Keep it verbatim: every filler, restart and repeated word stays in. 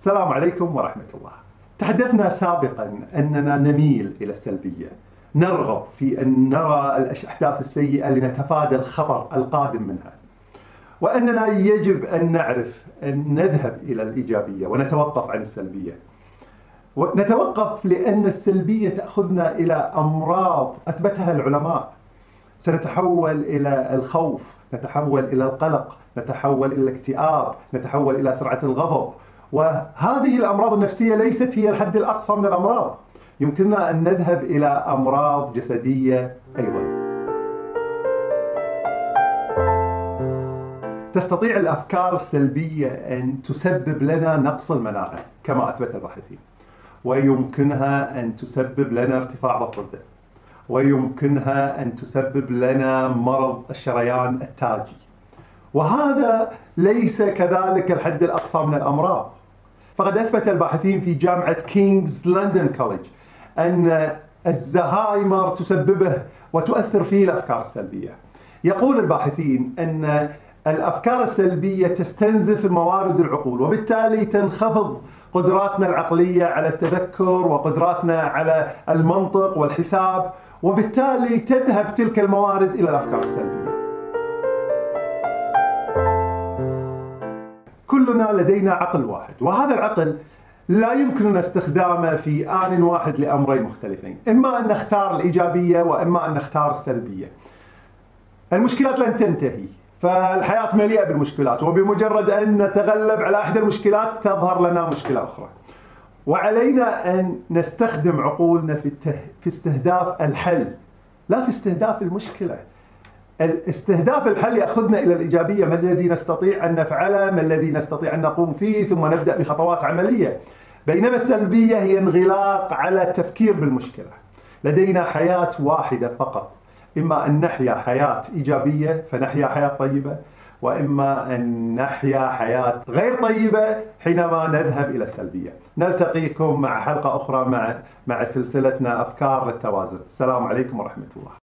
السلام عليكم ورحمة الله. تحدثنا سابقا أننا نميل إلى السلبية، نرغب في أن نرى الأحداث السيئة لنتفادى الخطر القادم منها، وأننا يجب أن نعرف أن نذهب إلى الإيجابية ونتوقف عن السلبية. ونتوقف لأن السلبية تأخذنا إلى أمراض أثبتها العلماء، سنتحول إلى الخوف، نتحول إلى القلق، نتحول إلى الاكتئاب، نتحول إلى سرعة الغضب، وهذه الأمراض النفسية ليست هي الحد الأقصى من الأمراض، يمكننا أن نذهب إلى أمراض جسدية أيضا. تستطيع الأفكار السلبية أن تسبب لنا نقص المناعة كما أثبت الباحثين، ويمكنها أن تسبب لنا ارتفاع ضغط الدم، ويمكنها أن تسبب لنا مرض الشريان التاجي، وهذا ليس كذلك الحد الأقصى من الأمراض. فقد أثبت الباحثين في جامعة كينغز لندن كوليج أن الزهايمر تسببه وتؤثر فيه الأفكار السلبية. يقول الباحثين أن الأفكار السلبية تستنزف الموارد العقول، وبالتالي تنخفض قدراتنا العقلية على التذكر وقدراتنا على المنطق والحساب، وبالتالي تذهب تلك الموارد إلى الأفكار السلبية. كلنا لدينا عقل واحد، وهذا العقل لا يمكننا استخدامه في آن واحد لأمرين مختلفين، إما أن نختار الإيجابية وإما أن نختار السلبية. المشكلات لن تنتهي، فالحياة مليئة بالمشكلات، وبمجرد أن نتغلب على أحد المشكلات تظهر لنا مشكلة أخرى، وعلينا أن نستخدم عقولنا في في استهداف الحل لا في استهداف المشكلة. الاستهداف الحل يأخذنا إلى الإيجابية، ما الذي نستطيع أن نفعله، ما الذي نستطيع أن نقوم فيه، ثم نبدأ بخطوات عملية. بينما السلبية هي انغلاق على التفكير بالمشكلة. لدينا حياة واحدة فقط، إما أن نحيا حياة إيجابية فنحيا حياة طيبة، وإما أن نحيا حياة غير طيبة حينما نذهب إلى السلبية. نلتقيكم مع حلقة أخرى مع مع سلسلتنا أفكار للتوازن. السلام عليكم ورحمة الله.